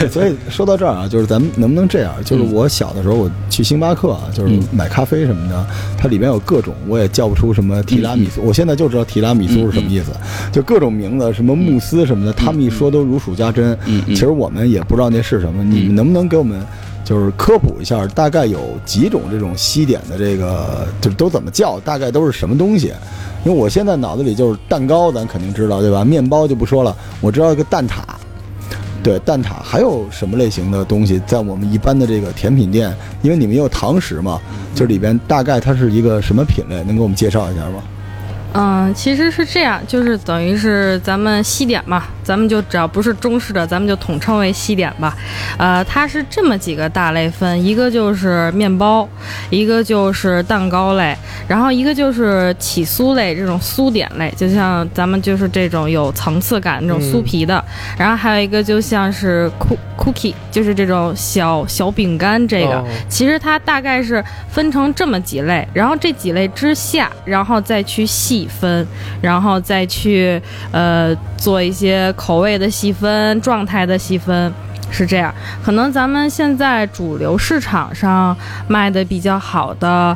所以说到这儿啊，就是咱们能不能这样？就是我小的时候，我去星巴克啊，就是买咖啡什么的，它里面有各种，我也叫不出什么提拉米苏，我现在就知道提拉米苏是什么意思，就各种名字，什么慕斯什么的，他们一说都如数家珍。其实我们也不知道那是什么，你们能不能给我们就是科普一下，大概有几种这种西点的这个，就都怎么叫，大概都是什么东西？因为我现在脑子里就是蛋糕，咱肯定知道，对吧？面包就不说了，我知道一个蛋挞。对，蛋挞还有什么类型的东西在我们一般的这个甜品店？因为你们也有堂食嘛，就里边大概它是一个什么品类，能给我们介绍一下吗？ 其实是这样，就是等于是咱们西点嘛，咱们就只要不是中式的，咱们就统称为西点吧。它是这么几个大类分，一个就是面包，一个就是蛋糕类，然后一个就是起酥类，这种酥点类，就像咱们就是这种有层次感这种酥皮的，然后还有一个就像是cookie， 就是这种小饼干，这个其实它大概是分成这么几类，然后这几类之下，然后再去细分，然后再去做一些口味的细分、状态的细分，是这样。可能咱们现在主流市场上卖的比较好的，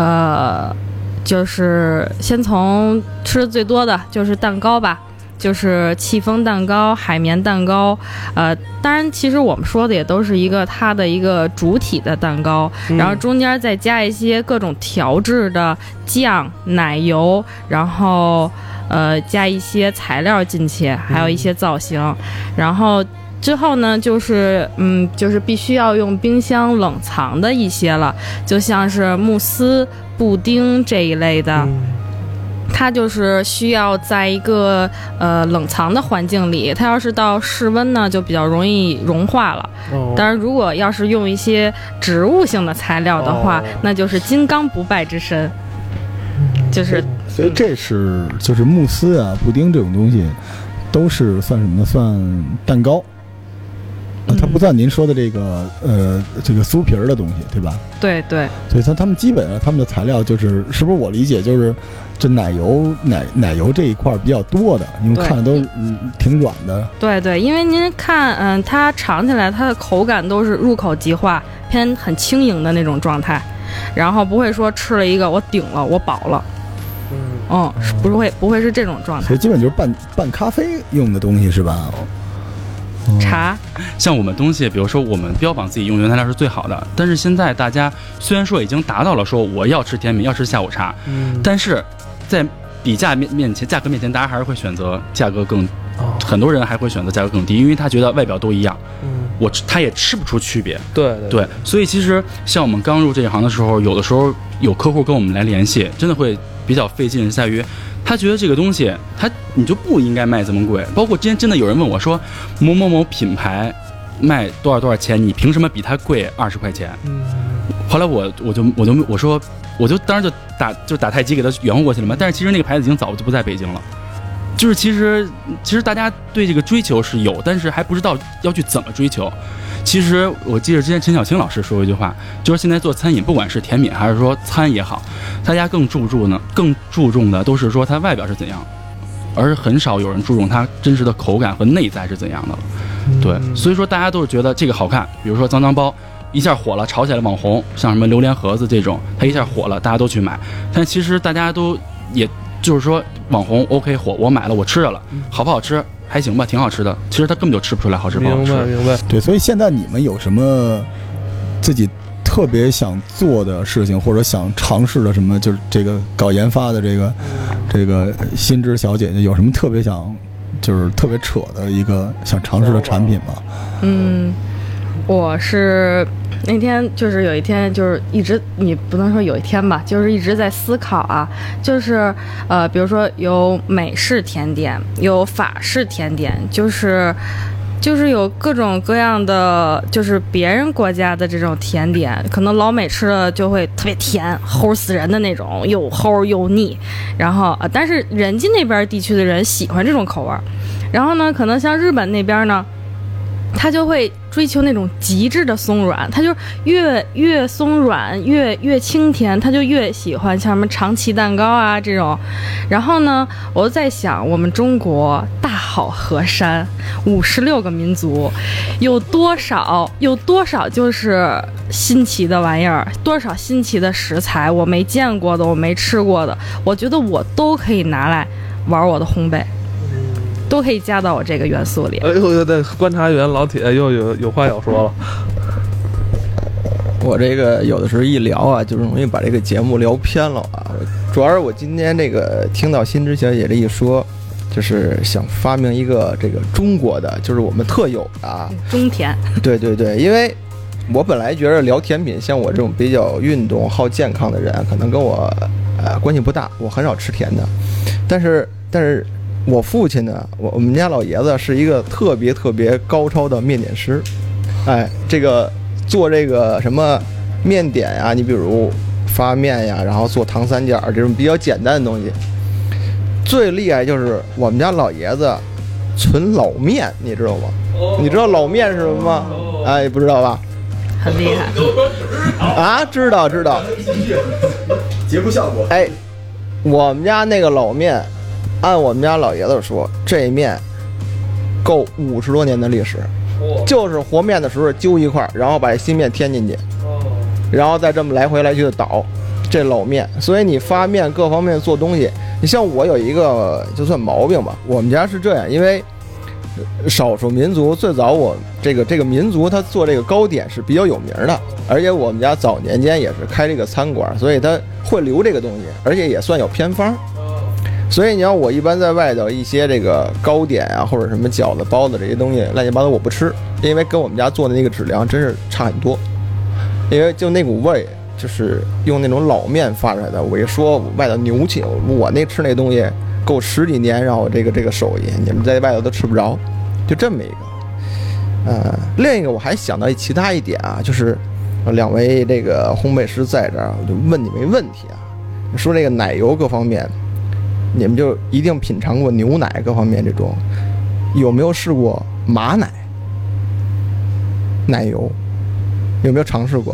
就是先从吃的最多的就是蛋糕吧。就是戚风蛋糕、海绵蛋糕，当然其实我们说的也都是一个它的一个主体的蛋糕，然后中间再加一些各种调制的酱、奶油，然后加一些材料进去，还有一些造型，然后之后呢，就是必须要用冰箱冷藏的一些了，就像是慕斯、布丁这一类的。它就是需要在一个冷藏的环境里，它要是到室温呢，就比较容易融化了。当然，如果要是用一些植物性的材料的话，那就是金刚不败之身。就是， 所以这是就是慕斯啊、布丁这种东西，都是算什么呢？算蛋糕。它不算您说的这个这个酥皮儿的东西，对吧？ 对对。 所以他们基本上他们的材料是不是我理解就是这奶油这一块比较多的，因为看着都挺软的。对对，因为您看，它尝起来它的口感都是入口即化，偏很轻盈的那种状态，然后不会说吃了一个我顶了我饱了。不会是这种状态。 所以基本就是拌咖啡用的东西是吧？ 茶， 像我们东西，比如说我们标榜自己用原材料是最好的，但是现在大家虽然说已经达到了说我要吃甜品，要吃下午茶，但是在比价面前，价格面前，大家还是会选择价格更，很多人还会选择价格更低，因为他觉得外表都一样，他也吃不出区别。对，所以其实像我们刚入这一行的时候，有的时候有客户跟我们来联系，真的会比较费劲，是在于他觉得这个东西你就不应该卖这么贵。包括之前真的有人问我说，某某某品牌卖多少钱，你凭什么比它贵20块钱？后来我说，我就当时就打太极给他圆乎过去了嘛。但是其实那个牌子已经早就不在北京了。就是其实大家对这个追求是有，但是还不知道要去怎么追求。其实我记得之前陈小青老师说过一句话，就是现在做餐饮，不管是甜品还是说餐也好，大家更注重的都是说它外表是怎样，而很少有人注重它真实的口感和内在是怎样的。对，所以说大家都是觉得这个好看，比如说脏包一下火了，炒起来网红，像什么榴莲盒子这种，它一下火了，大家都去买。但其实大家都也就是说网红 OK 火，我买了，我吃着了，好不好吃？还行吧，挺好吃的。其实他根本就吃不出来好吃不好吃。 明白。 对，所以现在你们有什么自己特别想做的事情，或者想尝试的什么？就是这个搞研发的这个新知小姐姐有什么特别就是特别扯的一个想尝试的产品吗？ 我是那天就是有一天就是一直，你不能说有一天吧，就是一直在思考啊，就是比如说有美式甜点，有法式甜点，就是有各种各样的，就是别人国家的这种甜点，可能老美吃了就会特别甜，齁死人的那种，又齁又腻。然后但是人家那边地区的人喜欢这种口味。然后呢，可能像日本那边呢，他就会追求那种极致的松软，他就越松软越清甜，他就越喜欢像什么长崎蛋糕啊这种。然后呢，我就在想，我们中国大好河山，56个民族，有多少就是新奇的玩意儿，多少新奇的食材，我没见过的，我没吃过的，我觉得我都可以拿来玩我的烘焙，都可以加到我这个元素里。 哎呦，这观察员老铁又有话要说了。 我这个有的时候一聊啊，就容易把这个节目聊偏了啊。主要是我今天这个听到新知小姐这一说，就是想发明一个这个中国的，就是我们特有的啊， 中甜。 对对对，因为我本来觉得聊甜品，像我这种比较运动、好健康的人，可能跟我关系不大，我很少吃甜的。但是我父亲呢，我们家老爷子是一个特别高超的面点师，哎，这个。做这个什么面点呀，你比如发面呀，然后做糖三角这种比较简单的东西，最厉害就是我们家老爷子存老面，你知道吗？你知道老面是什么吗？哎，不知道吧？ 很厉害啊！知道。 节目效果。 哎，我们家那个老面，按我们家老爷子说，这面够50多年的历史。就是和面的时候揪一块，然后把新面添进去，然后再这么来回来去的倒这老面。所以你发面各方面做东西，你像我有一个就算毛病吧，我们家是这样，因为少数民族最早我这个民族他做这个糕点是比较有名的，而且我们家早年间也是开这个餐馆，所以他会留这个东西，而且也算有偏方。所以你要我一般在外头一些这个糕点啊，或者什么饺子、包子这些东西乱七八糟我不吃，因为跟我们家做的那个质量真是差很多。因为就那股味，就是用那种老面发出来的。我一说外头牛气，我那吃那东西够10几年，然后这个手艺，你们在外头都吃不着，就这么一个。另一个我还想到其他一点啊，就是两位这个烘焙师在这儿，我就问你们问题啊，说这个奶油各方面。你们就一定品尝过牛奶各方面这种，有没有试过马奶奶油？有没有尝试过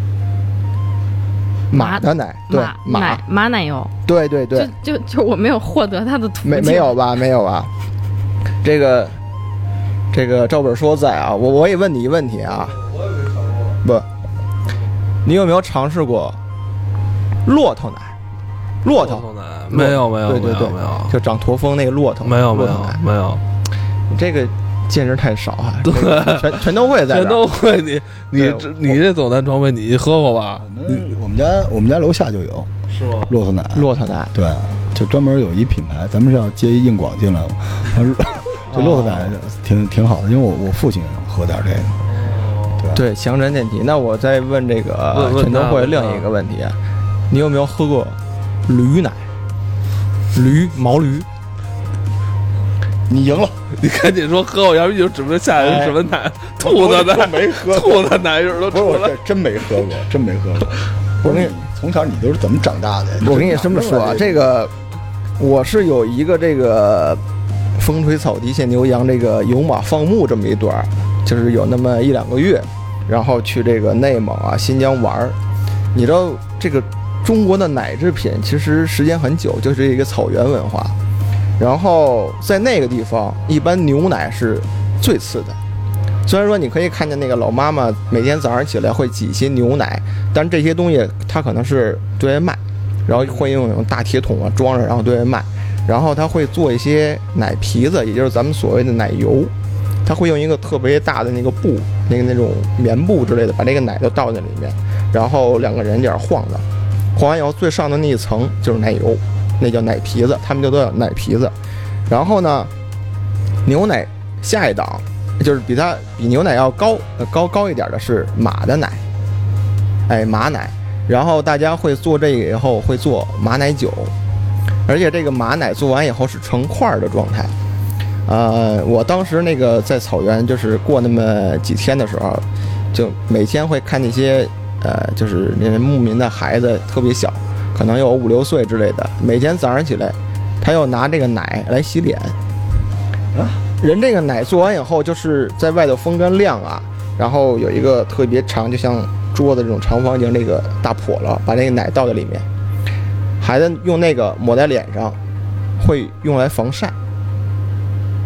马的奶？对， 马奶油。 对， 就我没有获得它的途径。 没有吧？这个赵本说在啊，我也问你一问题啊。我也没尝过。不，你有没有尝试过骆驼奶？骆驼奶没有，对， 就长驼峰那个骆驼， 没有。 这个见识太少啊，对，全都会在这儿， 全都会。你这走南装备你喝过吧？ 我们家楼下就有， 是吗？ 骆驼奶，对，就专门有一品牌，咱们是要接硬广进来了。这骆驼奶挺好的，因为我父亲喝点这个。 对，强身健体。那我再问这个全都会另一个问题，你有没有喝过？驴奶，毛驴， 你赢了。 你赶紧说喝，我要不就指不定下人什么奶，兔子奶， 没喝， 兔子奶味都出来。 真没喝过。我跟你从小你都是怎么长大的？ 我跟你这么说啊，这个我是有一个这个风吹草低见牛羊，这个有马放牧这么一段，就是有那么1、2个月，然后去这个内蒙啊、新疆玩。你知道这个。中国的奶制品其实时间很久，就是一个草原文化。然后在那个地方，一般牛奶是最次的。虽然说你可以看见那个老妈妈每天早上起来会挤一些牛奶，但这些东西它可能是对外卖，然后会用那种大铁桶啊装着，然后对外卖。然后他会做一些奶皮子，也就是咱们所谓的奶油。他会用一个特别大的那个布，那种棉布之类的，把这个奶都倒在里面，然后2个人这样晃的。晃完以后，最上的那一层就是奶油，那叫奶皮子，他们就都叫奶皮子。然后呢，牛奶下一档就是比牛奶要高一点的是马的奶，哎，马奶。然后大家会做这个以后会做马奶酒，而且这个马奶做完以后是成块的状态。我当时那个在草原就是过那么几天的时候，就每天会看那些。就是那牧民的孩子特别小，可能有5、6岁之类的，每天早上起来，他要拿这个奶来洗脸。人这个奶做完以后，就是在外头风干晾啊，然后有一个特别长，就像桌子这种长方形这个大笸箩，把那个奶倒在里面，孩子用那个抹在脸上，会用来防晒。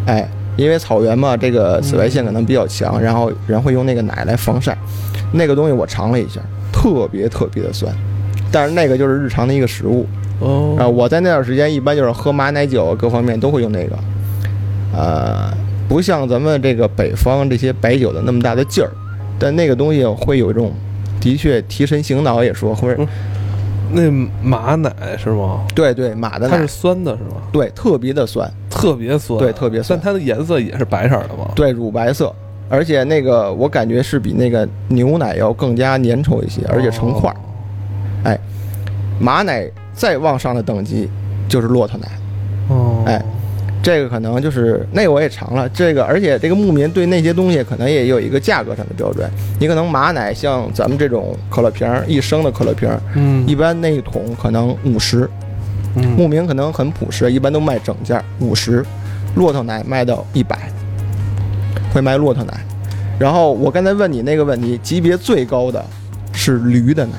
哎，因为草原嘛，这个紫外线可能比较强，然后人会用那个奶来防晒。那个东西我尝了一下，特别特别的酸，但是那个就是日常的一个食物。我在那段时间一般就是喝马奶酒，各方面都会用那个。不像咱们这个北方这些白酒的那么大的劲儿，但那个东西会有一种，的确提神醒脑，也说会。 那马奶是吗？ 对对，马的奶， 它是酸的是吗？ 对，特别的酸， 特别酸， 对，特别酸。 但它的颜色也是白色的吗？ 对，乳白色，而且那个我感觉是比那个牛奶要更加粘稠一些，而且成块。哎，马奶再往上的等级就是骆驼奶。哎，这个可能就是那个我也尝了，这个而且这个牧民对那些东西可能也有一个价格上的标准。你可能马奶像咱们这种可乐瓶，1升的可乐瓶，一般那一桶可能50，牧民可能很朴实，一般都卖整件50，骆驼奶卖到100，会卖骆驼奶。然后我刚才问你那个问题，级别最高的是驴的奶。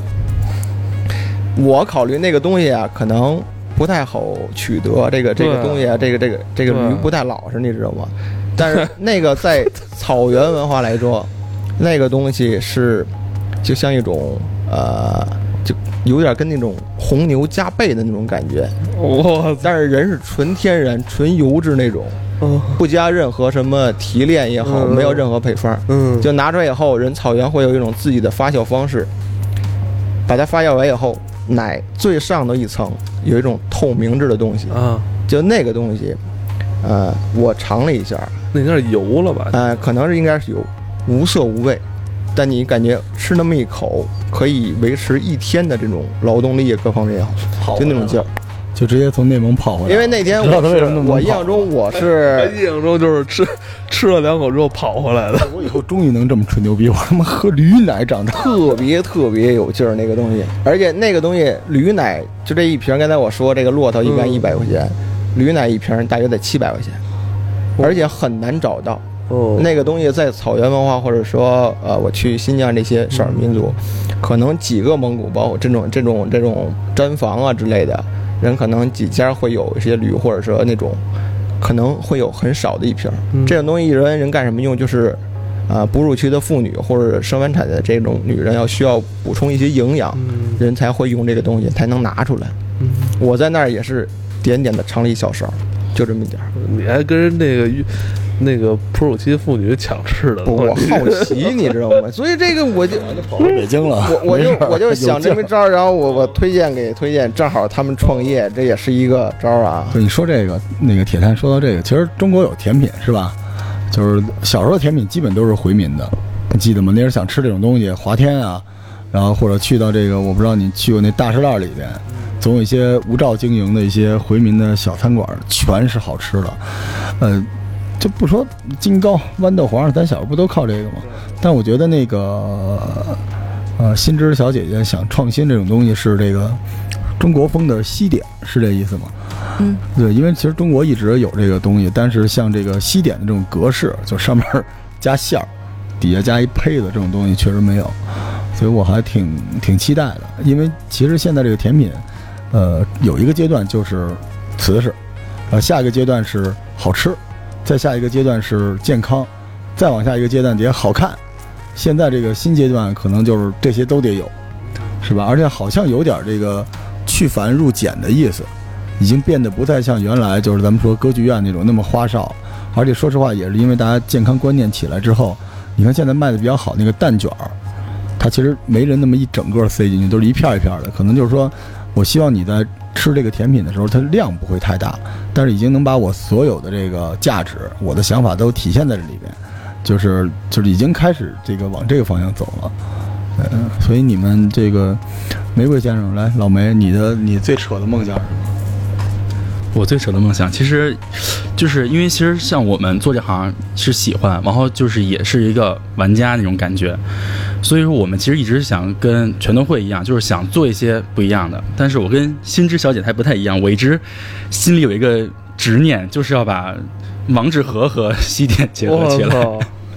我考虑那个东西啊，可能不太好取得，这个东西啊，这个驴不太老实，你知道吗？但是那个在草原文化来说，那个东西是就像一种就有点跟那种红牛加倍的那种感觉。但是人是纯天然、纯油脂那种，不加任何什么提炼也好，没有任何配方，就拿出来以后，人草原会有一种自己的发酵方式，把它发酵完以后。奶最上的一层有一种透明质的东西就那个东西，我尝了一下， 那应该是油了吧？ 可能是应该是油，无色无味，但你感觉吃那么一口可以维持1天的这种劳动力各方面也好，就那种劲儿。 就直接从内蒙跑回来。 因为那天我印象中就是吃了2口之后跑回来的。 我以后终于能这么吹牛逼，我他妈喝驴奶长大， 特别特别有劲儿那个东西。而且那个东西驴奶就这一瓶，刚才我说这个骆驼一般100块钱，驴奶一瓶大约得700块钱，而且很难找到。那个东西在草原文化，或者说我去新疆这些少数民族，可能几个蒙古包这种毡房啊之类的。人可能几家会有一些驴，或者说那种可能会有很少的一瓶。这种东西人干什么用？就是哺乳期的妇女或者生完产的这种女人需要补充一些营养，人才会用这个东西，才能拿出来。我在那儿也是点点的尝了1小勺，就这么一点。 你还跟人那个哺乳期妇女抢吃的？ 我好奇，你知道吗？所以这个我就跑到北京了。 我就想这么招，然后我推荐，正好他们创业，这也是一个招啊。 对，你说这个那个铁探说到这个，其实中国有甜品是吧？就是小时候的甜品基本都是回民的，你记得吗？那时候想吃这种东西，华天啊，然后或者去到这个，我不知道你去过那大石栏里边，总有一些无照经营的一些回民的小餐馆，全是好吃的。就不说金糕、豌豆黄，咱小时候不都靠这个吗？但我觉得那个新知小姐姐想创新这种东西是这个中国风的西点，是这意思吗？对，因为其实中国一直有这个东西，但是像这个西点的这种格式，就上面加馅儿，底下加一胚子这种东西确实没有，所以我还挺期待的。因为其实现在这个甜品，有一个阶段就是瓷实，下一个阶段是好吃。再下一个阶段是健康，再往下一个阶段得好看。现在这个新阶段可能就是这些都得有，是吧？而且好像有点这个去繁入简的意思，已经变得不再像原来就是咱们说歌剧院那种那么花哨。而且说实话，也是因为大家健康观念起来之后，你看现在卖的比较好那个蛋卷儿，它其实没人那么一整个塞进去，都是一片一片的。可能就是说我希望你在吃这个甜品的时候，它量不会太大，但是已经能把我所有的这个价值、我的想法都体现在这里边，就是已经开始这个往这个方向走了。所以你们这个玫瑰先生，来，老梅，你最扯的梦想是什么？ 我最扯的梦想，其实就是因为其实像我们做这行是喜欢，然后就是也是一个玩家那种感觉，所以说我们其实一直想跟全都会一样，就是想做一些不一样的。但是我跟新知小姐还不太一样，我一直心里有一个执念，就是要把王致和西点结合起来。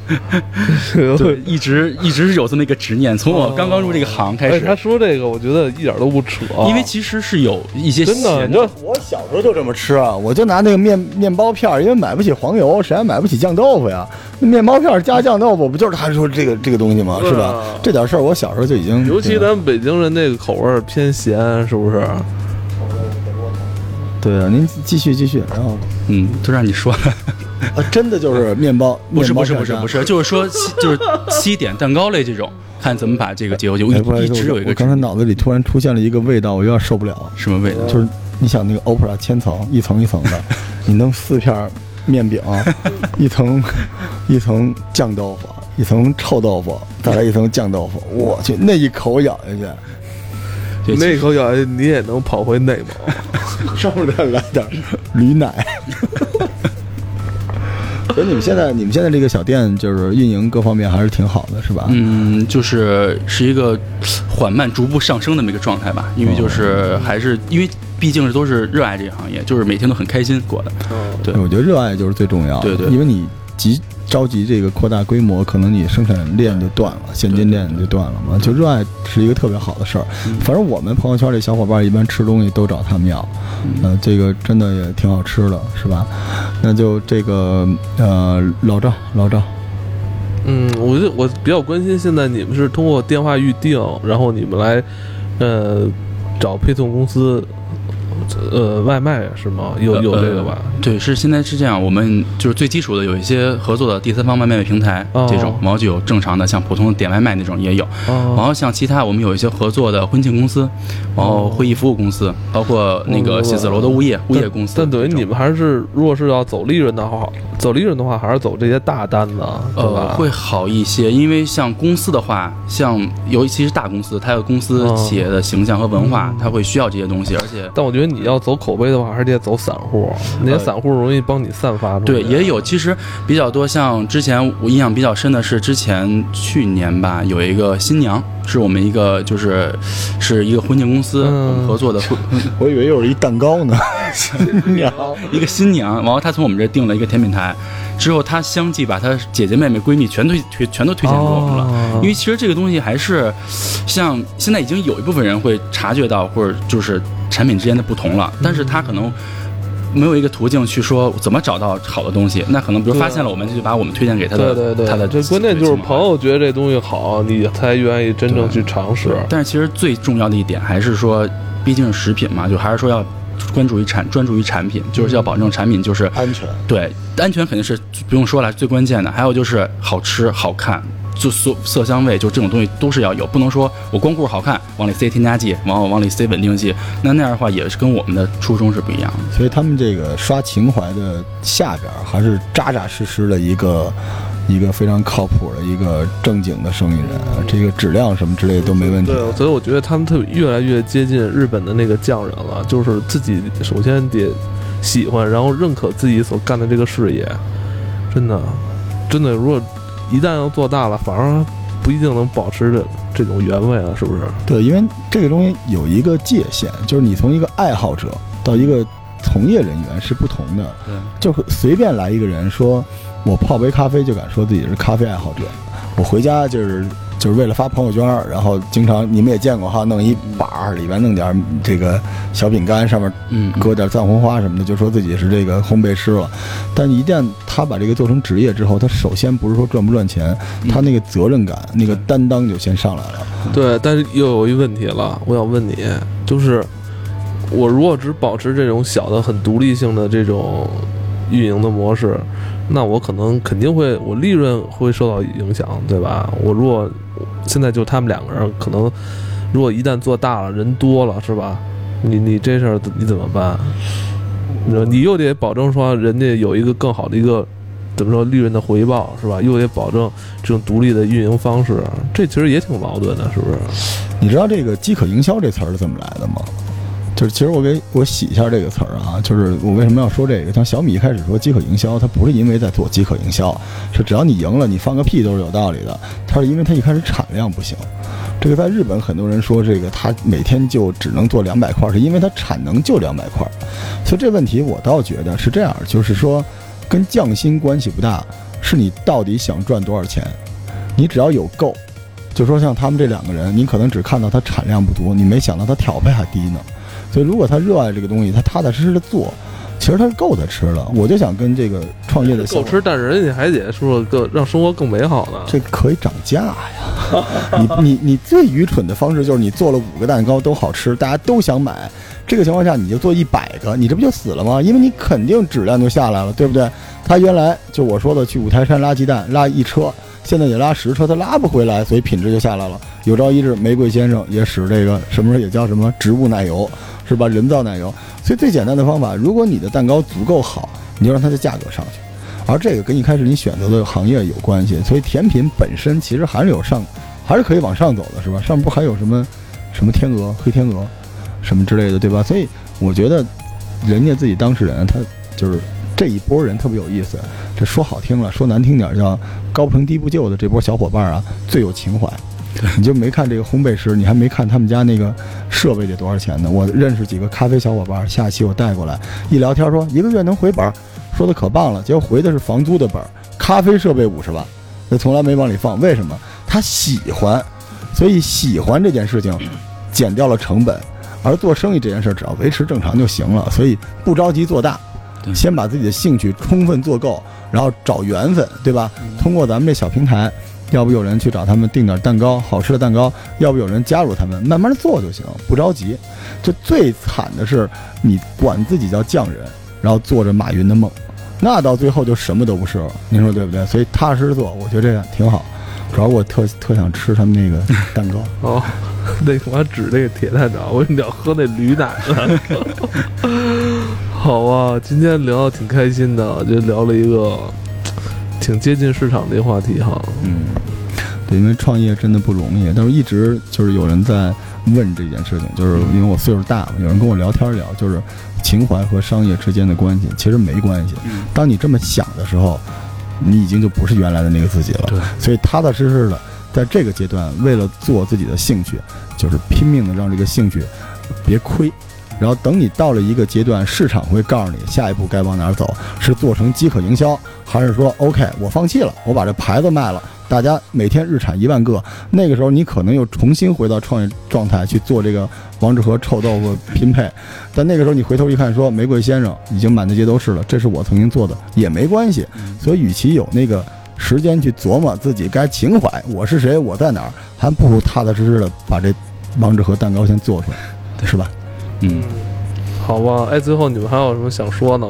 对，一直是有这么一个执念，从我刚刚入这个行开始。 他说这个，我觉得一点都不扯， 因为其实是有一些真的， 我小时候就这么吃啊，我就拿那个面包片，因为买不起黄油，谁还买不起酱豆腐呀？那面包片加酱豆腐，不就是他说这个东西吗？是吧？这点事儿我小时候就已经， 尤其咱北京人那个口味偏咸，是不是？ 对啊，您继续，然后都让你说了。 真的就是面包， 不是，就是说就是西点蛋糕类这种，看怎么把这个结合就一直有一个。 我刚才脑子里突然出现了一个味道，我有点受不了。 什么味道？ 就是你想那个 Opera 千层，一层一层的，你弄4片面饼，一层酱豆腐，一层臭豆腐，再来一层酱豆腐，我去，那一口咬下去， 那一口咬下去，你也能跑回内蒙， 上面再来点驴奶。所以你们现在这个小店就是运营各方面还是挺好的，是吧？ 就是一个缓慢逐步上升的这么一个状态吧，因为就是还是因为毕竟都是热爱这个行业，就是每天都很开心过的。对， 我觉得热爱就是最重要的。 对， 因为你着急这个扩大规模，可能你生产链就断了，现金链就断了嘛。就热爱是一个特别好的事儿。反正我们朋友圈里小伙伴一般吃东西都找他们要，这个真的也挺好吃的，是吧？那就这个老赵， 我比较关心，现在你们是通过电话预订，然后你们来找配送公司。外卖是吗？有这个吧？ 对，现在是这样，我们就是最基础的有一些合作的第三方外卖平台，这种，然后就有正常的像普通的点外卖那种也有，然后像其他我们有一些合作的婚庆公司，然后会议服务公司，包括那个写字楼的物业公司。但等于你们还是，如果是要走利润的话，还是走这些大单子，对吧？ 会好一些，因为像公司的话，像尤其是大公司，它有公司企业的形象和文化，它会需要这些东西，而且， 但我觉得你要走口碑的话，还是得走散户，那些散户容易帮你散发出来。 对，也有，其实比较多。像之前我印象比较深的是，去年吧，有一个新娘，是我们一个是一个婚庆公司我们合作的。 我以为又是一蛋糕呢，新娘一个新娘，然后她从我们这订了一个甜品台，之后她相继把她姐姐妹妹闺蜜全都推荐给我们了。因为其实这个东西还是像现在已经有一部分人会察觉到，或者就是产品之间的不同了，但是他可能没有一个途径去说怎么找到好的东西，那可能比如发现了我们就把我们推荐给他的， 对， 他的这关键就是朋友觉得这东西好，你才愿意真正去尝试。 但是其实最重要的一点还是说，毕竟是食品嘛，就还是说要专注于产品，就是要保证产品就是安全。对， 安全肯定是不用说了，最关键的。还有就是好吃好看。就色香味，就这种东西都是要有，不能说我光顾好看，往里塞添加剂，往里塞稳定剂，那样的话也是跟我们的初衷是不一样的。 所以他们这个刷情怀的下边还是扎扎实实的一个非常靠谱的一个正经的生意人，这个质量什么之类的都没问题。 对，所以我觉得他们越来越接近日本的那个匠人了，就是自己首先得喜欢，然后认可自己所干的这个事业，真的，如果一旦要做大了，反而不一定能保持着这种原味了，是不是？对， 因为这个东西有一个界限，就是你从一个爱好者到一个从业人员是不同的。对，就随便来一个人说，我泡杯咖啡就敢说自己是咖啡爱好者，我回家就是为了发朋友圈，然后经常你们也见过哈，弄一板里边弄点这个小饼干，上面搁点藏红花什么的，就说自己是这个烘焙师了。但一旦他把这个做成职业之后，他首先不是说赚不赚钱，他那个责任感、那个担当就先上来了。 对，但是又有一问题了，我想问你，就是我如果只保持这种小的、很独立性的这种运营的模式，那我肯定会，我利润会受到影响，对吧？我如果现在就他们两个人，可能如果一旦做大了，人多了，是吧？你这事儿你怎么办？你又得保证说人家有一个更好的一个怎么说利润的回报，是吧？又得保证这种独立的运营方式，这其实也挺矛盾的，是不是？ 你知道这个饥渴营销这词儿是怎么来的吗？就是其实我洗一下这个词儿啊，就是我为什么要说这个？像小米一开始说饥渴营销，它不是因为在做饥渴营销，是只要你赢了，你放个屁都是有道理的。它是因为它一开始产量不行。这个在日本很多人说这个它每天就只能做200块，是因为它产能就200块。所以这问题我倒觉得是这样，就是说跟匠心关系不大， 是你到底想赚多少钱。你只要有够，就说像他们这2个人，你可能只看到他产量不多，你没想到他挑配还低呢。所以如果他热爱这个东西，他踏踏实实的做，其实他是够他吃了。我就想跟这个创业的够吃，但是人家还得说更让生活更美好呢。 这可以涨价呀！你最愚蠢的方式就是你做了5个蛋糕都好吃，大家都想买。这个情况下你就做100个，你这不就死了吗？因为你肯定质量就下来了，对不对？他原来就我说的去五台山拉鸡蛋拉1车，现在也拉10车，他拉不回来，所以品质就下来了。有朝一日玫瑰先生也使这个什么时候也叫什么植物奶油，是吧？人造奶油。所以最简单的方法，如果你的蛋糕足够好，你就让它的价格上去，而这个跟一开始你选择的行业有关系。所以甜品本身其实还是可以往上走的，是吧？上面不还有什么天鹅、黑天鹅什么之类的，对吧？所以我觉得人家自己当事人他就是这一波人特别有意思。这说好听了，说难听点叫高不成低不就的这波小伙伴啊，最有情怀。你就没看这个烘焙师，你还没看他们家那个设备得多少钱呢？我认识几个咖啡小伙伴，下期我带过来，一聊天说1个月能回本，说的可棒了。结果回的是房租的本，咖啡设备50万，那从来没往里放。为什么？他喜欢，所以喜欢这件事情减掉了成本，而做生意这件事只要维持正常就行了。所以不着急做大，先把自己的兴趣充分做够，然后找缘分，对吧？通过咱们这小平台，要不有人去找他们订点蛋糕，好吃的蛋糕，要不有人加入他们，慢慢做就行，不着急。就最惨的是你管自己叫匠人，然后做着马云的梦，那到最后就什么都不是了，您说对不对？所以踏实做，我觉得这样挺好。主要我特想吃他们那个蛋糕哦，那个我指那个铁蛋糕，我要喝那驴奶了。好啊，今天聊得挺开心的，我觉得聊了一个挺接近市场的一个话题哈。 对，因为创业真的不容易，但是一直就是有人在问这件事情，就是因为我岁数大嘛，有人跟我聊天聊，就是情怀和商业之间的关系，其实没关系。当你这么想的时候，你已经就不是原来的那个自己了。 对， 所以踏踏实实的在这个阶段，为了做自己的兴趣，就是拼命的让这个兴趣别亏。然后等你到了一个阶段，市场会告诉你下一步该往哪儿走，是做成饥渴营销，还是说 OK 我放弃了，我把这牌子卖了，大家每天日产1万个，那个时候你可能又重新回到创业状态去做这个王致和臭豆腐拼配。但那个时候你回头一看说玫瑰先生已经满大街都是了，这是我曾经做的，也没关系。所以与其有那个时间去琢磨自己该情怀我是谁我在哪儿，还不如踏踏实实的把这王致和蛋糕先做出来，是吧？ 好吧。哎，最后你们还有什么想说的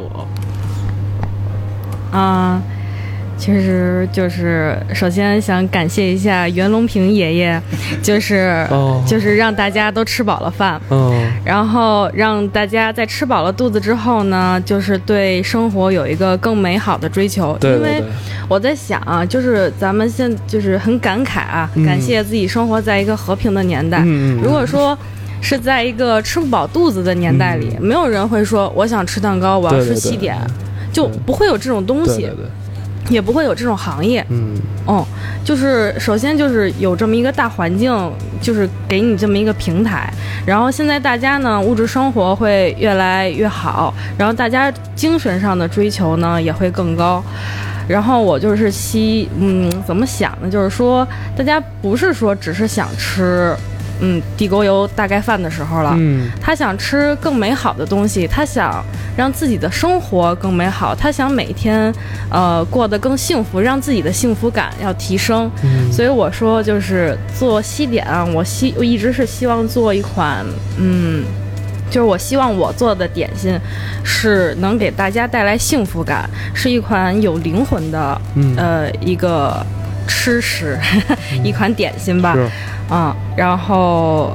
吗？ 其实就是首先想感谢一下袁隆平爷爷，就是让大家都吃饱了饭，然后让大家在吃饱了肚子之后呢，就是对生活有一个更美好的追求。 对， 因为我在想啊，就是咱们现就是很感慨啊，感谢自己生活在一个和平的年代。如果说是在一个吃不饱肚子的年代里，没有人会说我想吃蛋糕，我要吃西点，就不会有这种东西。也不会有这种行业。就是首先就是有这么一个大环境，就是给你这么一个平台，然后现在大家呢物质生活会越来越好，然后大家精神上的追求呢也会更高。然后我就是怎么想呢，就是说大家不是说只是想吃地沟油大盖饭的时候了，他想吃更美好的东西，他想让自己的生活更美好，他想每天过得更幸福，让自己的幸福感要提升。所以我说就是做西点啊，我一直是希望做一款就是我希望我做的点心是能给大家带来幸福感，是一款有灵魂的一个吃食一款点心吧。然后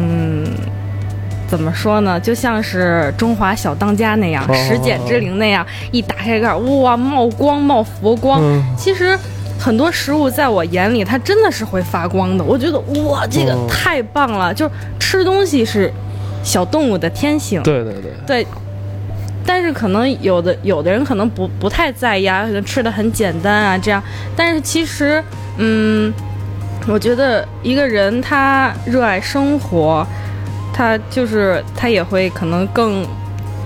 怎么说呢，就像是中华小当家那样，十简之灵那样，一打开盖哇冒光冒佛光。其实很多食物在我眼里它真的是会发光的，我觉得哇这个太棒了。就是吃东西是小动物的天性，对，但是可能有的人可能不太在意啊，可能吃的很简单啊这样。但是其实我觉得一个人他热爱生活，他也会可能更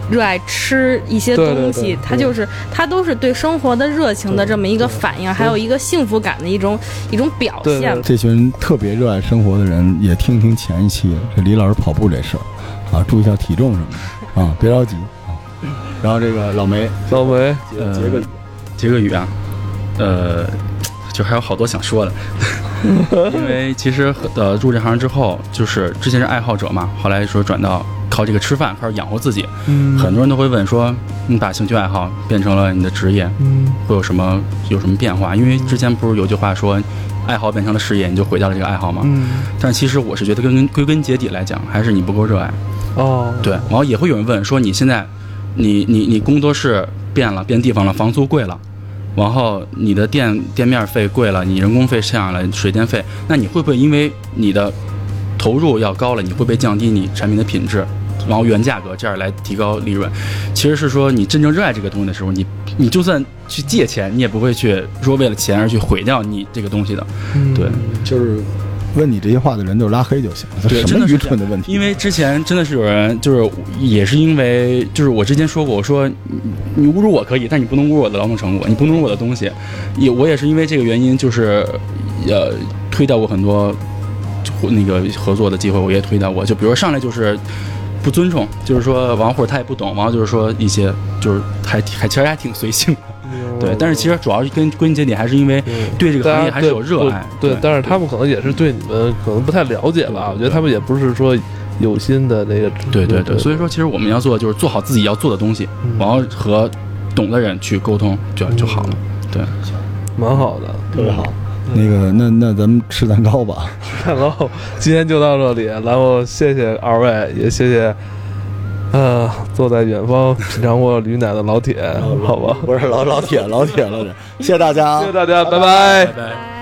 热爱吃一些东西，他都是对生活的热情的这么一个反应，还有一个幸福感的一种表现。 这群特别热爱生活的人也听听前一期这李老师跑步这事儿啊，注意一下体重什么的啊，别着急啊。然后这个老梅结个语啊，就还有好多想说的。因为其实入这行之后，就是之前是爱好者嘛，后来说转到靠这个吃饭，开始养活自己。很多人都会问说，你把兴趣爱好变成了你的职业，会有什么变化？因为之前不是有句话说，爱好变成了事业，你就毁掉了这个爱好嘛。但其实我是觉得归根结底来讲，还是你不够热爱。对，然后也会有人问说，你现在你工作室变地方了，房租贵了。然后你的店面费贵了，你人工费上来了，水电费，那你会不会因为你的投入要高了，你会不会降低你产品的品质，然后原价格这样来提高利润？其实是说你真正热爱这个东西的时候，你就算去借钱，你也不会去说为了钱而去毁掉你这个东西的。对， 就是问你这些话的人就拉黑就行了， 对， 什么愚蠢的问题？ 因为之前真的是有人，就是也是因为，就是我之前说过，我说你侮辱我可以，但你不能侮辱我的劳动成果，你不能侮辱我的东西。我也是因为这个原因，就是推掉过很多那个合作的机会，我也推掉过。就比如上来就是不尊重，就是说或者他也不懂，然后就是说一些就是其实还挺随性的。对，但是其实主要归根结底还是因为对这个行业还是有热爱。 对，但是他们可能也是对你们可能不太了解吧。我觉得他们也不是说有心的那个。 对，所以说其实我们要做的就是做好自己要做的东西，然后和懂的人去沟通就好了。对， 蛮好的， 特别好。那个，那咱们吃蛋糕吧。 吃蛋糕，今天就到这里。然后谢谢二位，也谢谢。坐在远方品尝过驴奶的老铁，好吧， 不是老铁了，谢谢大家， 谢谢大家，拜拜。 拜拜。